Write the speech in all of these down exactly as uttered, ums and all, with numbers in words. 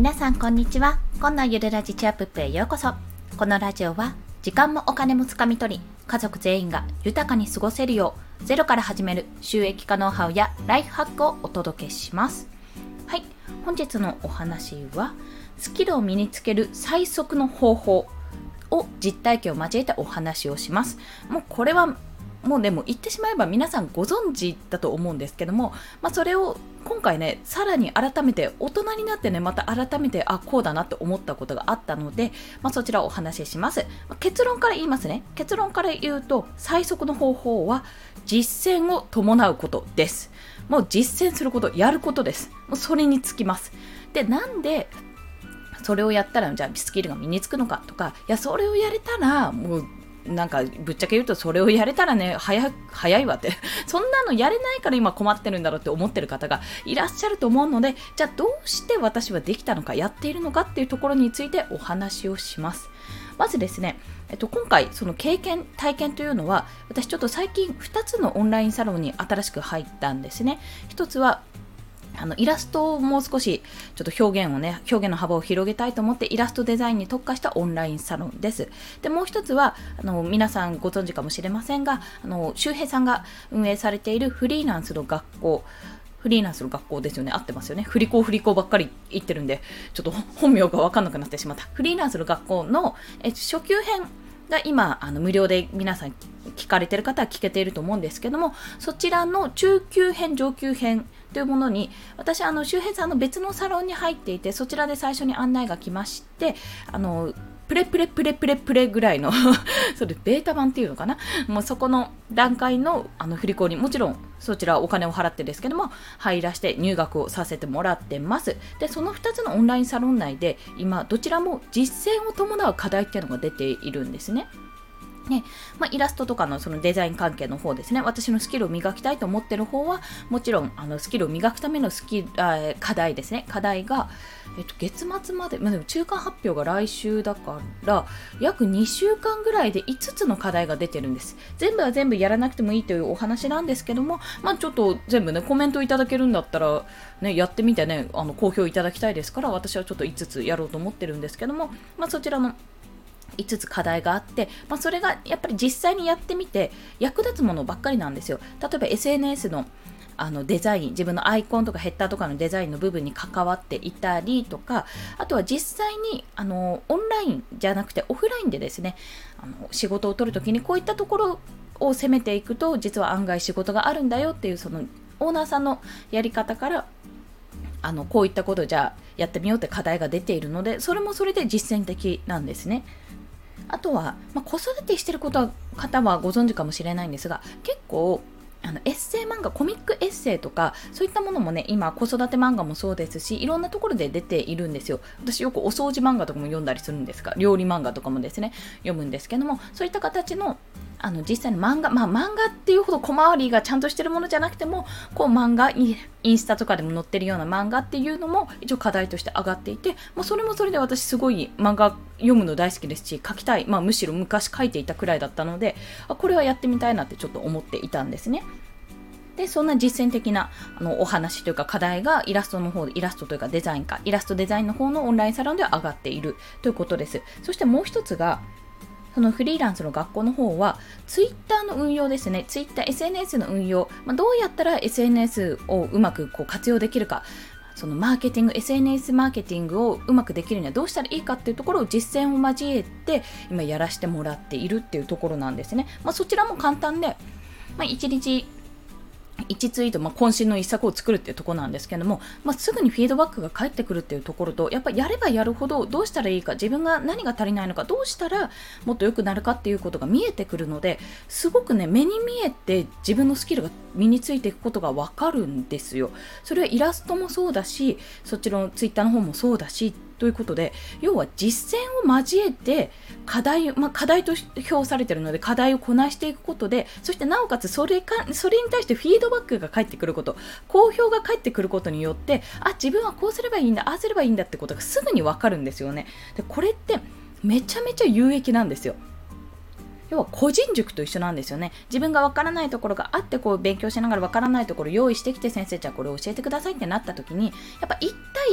皆さんこんにちは。今のゆるラジチアップへようこそ。このラジオは時間もお金もつかみ取り、家族全員が豊かに過ごせるようゼロから始める収益化ノウハウやライフハックをお届けします。はい、本日のお話はスキルを身につける最速の方法を実体験を交えてお話をします。もうこれはもうでも言ってしまえば皆さんご存知だと思うんですけども、まあ、それを今回ねさらに改めて大人になってねまた改めてあこうだなって思ったことがあったので、まあ、そちらをお話しします。まあ、結論から言いますね。結論から言うと最速の方法は実践を伴うことです。もう実践すること、やることです。もうそれにつきます。で、なんでそれをやったらじゃあスキルが身につくのかとか、いやそれをやれたらもうなんかぶっちゃけ言うとそれをやれたらね早早いわってそんなのやれないから今困ってるんだろうって思ってる方がいらっしゃると思うので、じゃあどうして私はできたのか、やっているのかっていうところについてお話をします。まずですね、えっと、今回その経験体験というのは、私ちょっと最近ふたつのオンラインサロンに新しく入ったんですね。一つはあのイラストをもう少しちょっと表現をね表現の幅を広げたいと思ってイラストデザインに特化したオンラインサロンです。でもう一つはあの皆さんご存知かもしれませんが、あの周平さんが運営されているフリーランスの学校フリーランスの学校ですよね。合ってますよね。振り子振り子ばっかり言ってるんでちょっと本名が分かんなくなってしまった。フリーランスの学校のえ初級編が今あの無料で皆さん聞かれている方は聞けていると思うんですけども、そちらの中級編上級編というものに私あの周平さんの別のサロンに入っていて、そちらで最初に案内が来まして、あのプレプレプレプレプレぐらいのそれベータ版っていうのかな、もうそこの段階のあの振り子にもちろんそちらお金を払ってですけども入らして入学をさせてもらってます。でそのふたつのオンラインサロン内で今どちらも実践を伴う課題っていうのが出ているんですね。ねまあ、イラストとかのそのデザイン関係の方ですね。私のスキルを磨きたいと思っている方はもちろんあのスキルを磨くためのスキルあ課題ですね。課題が、えっと、月末まで、まあ、でも中間発表が来週だから約にしゅうかんぐらいでいつつの課題が出てるんです。全部は全部やらなくてもいいというお話なんですけども、まあ、ちょっと全部ねコメントいただけるんだったら、ね、やってみてねあの好評いただきたいですから、私はちょっといつつやろうと思ってるんですけども、まあ、そちらのいつつ課題があって、まあ、それがやっぱり実際にやってみて役立つものばっかりなんですよ。例えば エスエヌエス の, あのデザイン、自分のアイコンとかヘッダーとかのデザインの部分に関わっていたりとか、あとは実際にあのオンラインじゃなくてオフラインでですね、あの仕事を取るときにこういったところを攻めていくと実は案外仕事があるんだよっていう、そのオーナーさんのやり方からあのこういったことをじゃあやってみようって課題が出ているので、それもそれで実践的なんですね。あとは、まあ、子育てしていることは方はご存知かもしれないんですが、結構あのエッセイ漫画、コミックエッセイとかそういったものもね今子育て漫画もそうですしいろんなところで出ているんですよ。私よくお掃除漫画とかも読んだりするんですが、料理漫画とかもですね読むんですけども、そういった形のあの実際の漫画、まあ漫画っていうほど小回りがちゃんとしてるものじゃなくても、こう漫画インスタとかでも載ってるような漫画っていうのも一応課題として上がっていて、もうそれもそれで私すごい漫画読むの大好きですし描きたい、まあむしろ昔描いていたくらいだったので、あこれはやってみたいなってちょっと思っていたんですね。でそんな実践的なあのお話というか課題がイラストの方で、イラストというかデザインかイラストデザインの方のオンラインサロンでは上がっているということです。そしてもう一つがそのフリーランスの学校の方はツイッターの運用ですね。ツイッター エスエヌエス の運用、まあ、どうやったら エスエヌエス をうまくこう活用できるか、そのマーケティング エスエヌエス マーケティングをうまくできるにはどうしたらいいかっていうところを実践を交えて今やらせてもらっているっていうところなんですね。まあ、そちらも簡単で、まあ、いちにちいちツイート、まあ、渾身の一作を作るっていうところなんですけども、まあ、すぐにフィードバックが返ってくるっていうところと、やっぱりやればやるほどどうしたらいいか、自分が何が足りないのか、どうしたらもっと良くなるかっていうことが見えてくるので、すごくね目に見えて自分のスキルが身についていくことが分かるんですよ。それはイラストもそうだし、そっちのツイッターの方もそうだしということで、要は実践を交えて課題、まあ、課題と評されているので課題をこなしていくことで、そしてなおかつそれかそれに対してフィードバックが返ってくること、好評が返ってくることによって、あ自分はこうすればいいんだ、ああすればいいんだってことがすぐに分かるんですよね。でこれってめちゃめちゃ有益なんですよ。要は個人塾と一緒なんですよね。自分がわからないところがあってこう勉強しながらわからないところを用意してきて、先生じゃあこれを教えてくださいってなった時に、やっぱいち対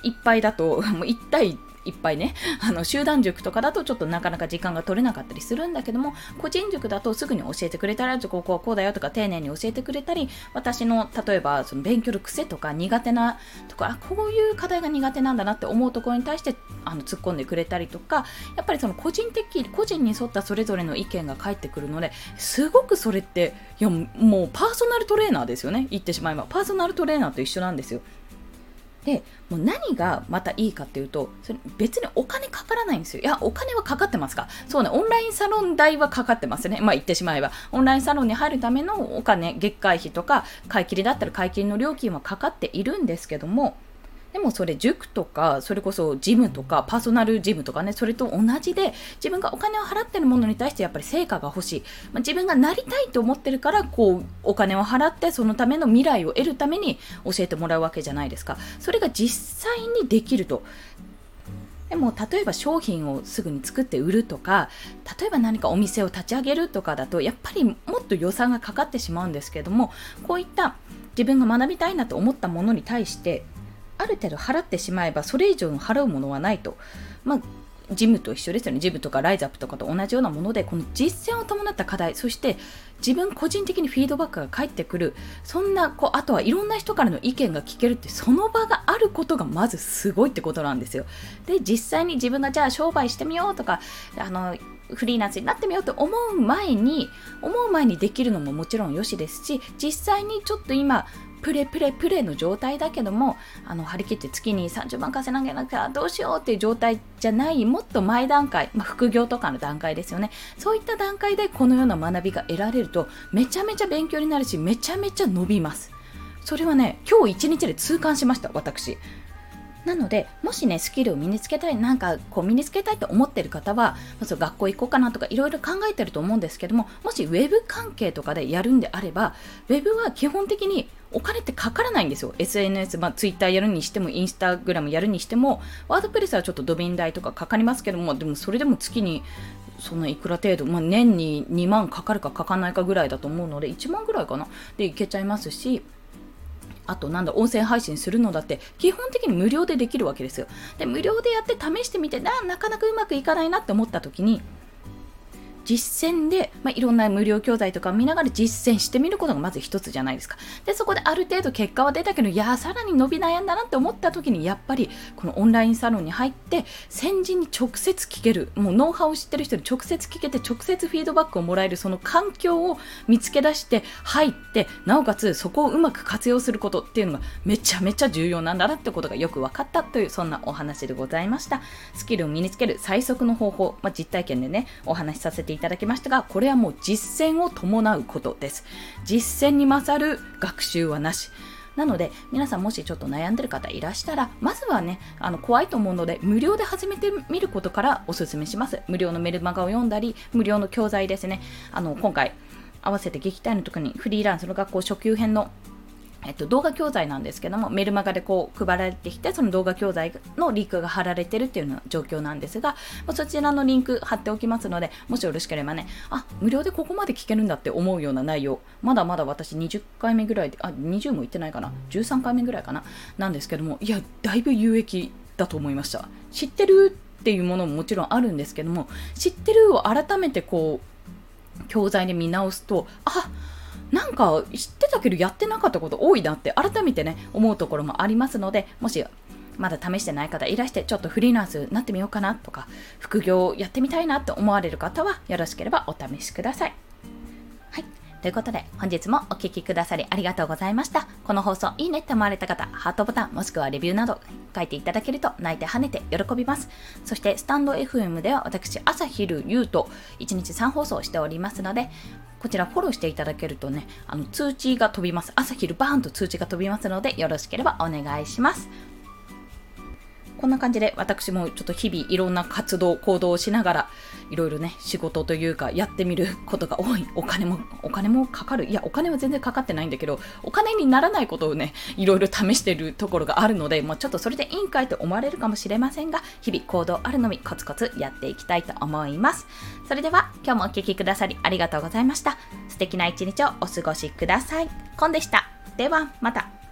いっぱいだともういち対いっぱいね、あの集団塾とかだとちょっとなかなか時間が取れなかったりするんだけども、個人塾だとすぐに教えてくれたら、ここはこうだよとか丁寧に教えてくれたり、私の例えばその勉強の癖とか苦手なとか、こういう課題が苦手なんだなって思うところに対してあの突っ込んでくれたりとか、やっぱりその個人的個人に沿ったそれぞれの意見が返ってくるので、すごくそれっていやもうパーソナルトレーナーですよね。言ってしまえばパーソナルトレーナーと一緒なんですよ。でもう何がまたいいかっていうと、それ別にお金かからないんですよ。いやお金はかかってますか。そうね、オンラインサロン代はかかってますね。まあ言ってしまえばオンラインサロンに入るためのお金、月会費とか買い切りだったら買い切りの料金はかかっているんですけども、でもそれ塾とかそれこそジムとかパーソナルジムとかね、それと同じで自分がお金を払ってるものに対してやっぱり成果が欲しい、まあ、自分がなりたいと思ってるからこうお金を払ってそのための未来を得るために教えてもらうわけじゃないですか。それが実際にできると。でも例えば商品をすぐに作って売るとか、例えば何かお店を立ち上げるとかだとやっぱりもっと予算がかかってしまうんですけども、こういった自分が学びたいなと思ったものに対してある程度払ってしまえばそれ以上の払うものはないと。まあジムと一緒ですよね。ジムとかライズアップとかと同じようなもので、この実践を伴った課題、そして自分個人的にフィードバックが返ってくる、そんなこうあとはいろんな人からの意見が聞けるって、その場があることがまずすごいってことなんですよ。で実際に自分がじゃあ商売してみようとか、あのフリーランスになってみようと思う前に思う前にできるのももちろんよしですし、実際にちょっと今プレプレプレの状態だけども、あの張り切って月にさんじゅうまん稼がなきゃどうしようっていう状態じゃない、もっと前段階、まあ、副業とかの段階ですよね。そういった段階でこのような学びが得られるとめちゃめちゃ勉強になるし、めちゃめちゃ伸びます。それはね、今日一日で痛感しました、私。なのでもしねスキルを身につけたい、なんかこう身につけたいと思ってる方は、まず学校行こうかなとかいろいろ考えてると思うんですけども、もしウェブ関係とかでやるんであれば、ウェブは基本的にお金ってかからないんですよ。 エスエヌエス、まあ、ツイッターやるにしてもインスタグラムやるにしても、ワードプレスはちょっとドメイン代とかかかりますけども、でもそれでも月にそんないくら程度、まあ、年ににまんかかるかかかんないかぐらいだと思うので、いちまんぐらいかなでいけちゃいますし、あとなんだ音声配信するのだって基本的に無料でできるわけですよ。で無料でやって試してみて、な, なかなかうまくいかないなって思った時に、実践で、まあ、いろんな無料教材とか見ながら実践してみることがまず一つじゃないですか。でそこである程度結果は出たけど、いやさらに伸び悩んだなって思った時に、やっぱりこのオンラインサロンに入って先人に直接聞ける、もうノウハウを知ってる人に直接聞けて直接フィードバックをもらえる、その環境を見つけ出して入って、なおかつそこをうまく活用することっていうのがめちゃめちゃ重要なんだなってことがよく分かったという、そんなお話でございました。スキルを身につける最速の方法、まあ、実体験でねお話しさせていただきましたが、これはもう実践を伴うことです。実践に勝る学習はなしなので、皆さんもしちょっと悩んでる方いらしたら、まずはねあの怖いと思うので無料で始めてみることからお勧めします。無料のメルマガを読んだり、無料の教材ですね、あの今回合わせて撃退の時にフリーランスの学校初級編のえっと、動画教材なんですけども、メルマガでこう配られてきて、その動画教材のリンクが貼られてるっていうような状況なんですが、そちらのリンク貼っておきますので、もしよろしければね、あ、無料でここまで聞けるんだって思うような内容、まだまだ私にじゅっかいめぐらいで、あ、にじゅうもいってないかな、じゅうさんかいめぐらいかな、なんですけども、いや、だいぶ有益だと思いました。知ってるっていうものももちろんあるんですけども、知ってるを改めてこう、教材で見直すと、あ、なんか知ってたけどやってなかったこと多いなって改めてね思うところもありますので、もしまだ試してない方いらしてちょっとフリーランスになってみようかなとか副業やってみたいなって思われる方はよろしければお試しください。はい、ということで本日もお聞きくださりありがとうございました。この放送いいねって思われた方、ハートボタンもしくはレビューなど書いていただけると泣いて跳ねて喜びます。そしてスタンド エフエム では私朝昼夕といちにちさん放送しておりますので、こちらフォローしていただけるとね、あの通知が飛びます。朝昼バーンと通知が飛びますので、よろしければお願いします。こんな感じで私もちょっと日々いろんな活動行動をしながらいろいろね仕事というかやってみることが多い。お金もお金もかかる、いやお金は全然かかってないんだけど、お金にならないことをねいろいろ試しているところがあるので、まあ、ちょっとそれでいいんかいと思われるかもしれませんが、日々行動あるのみコツコツやっていきたいと思います。それでは今日もお聞きくださりありがとうございました。素敵な一日をお過ごしください。コンでした。ではまた。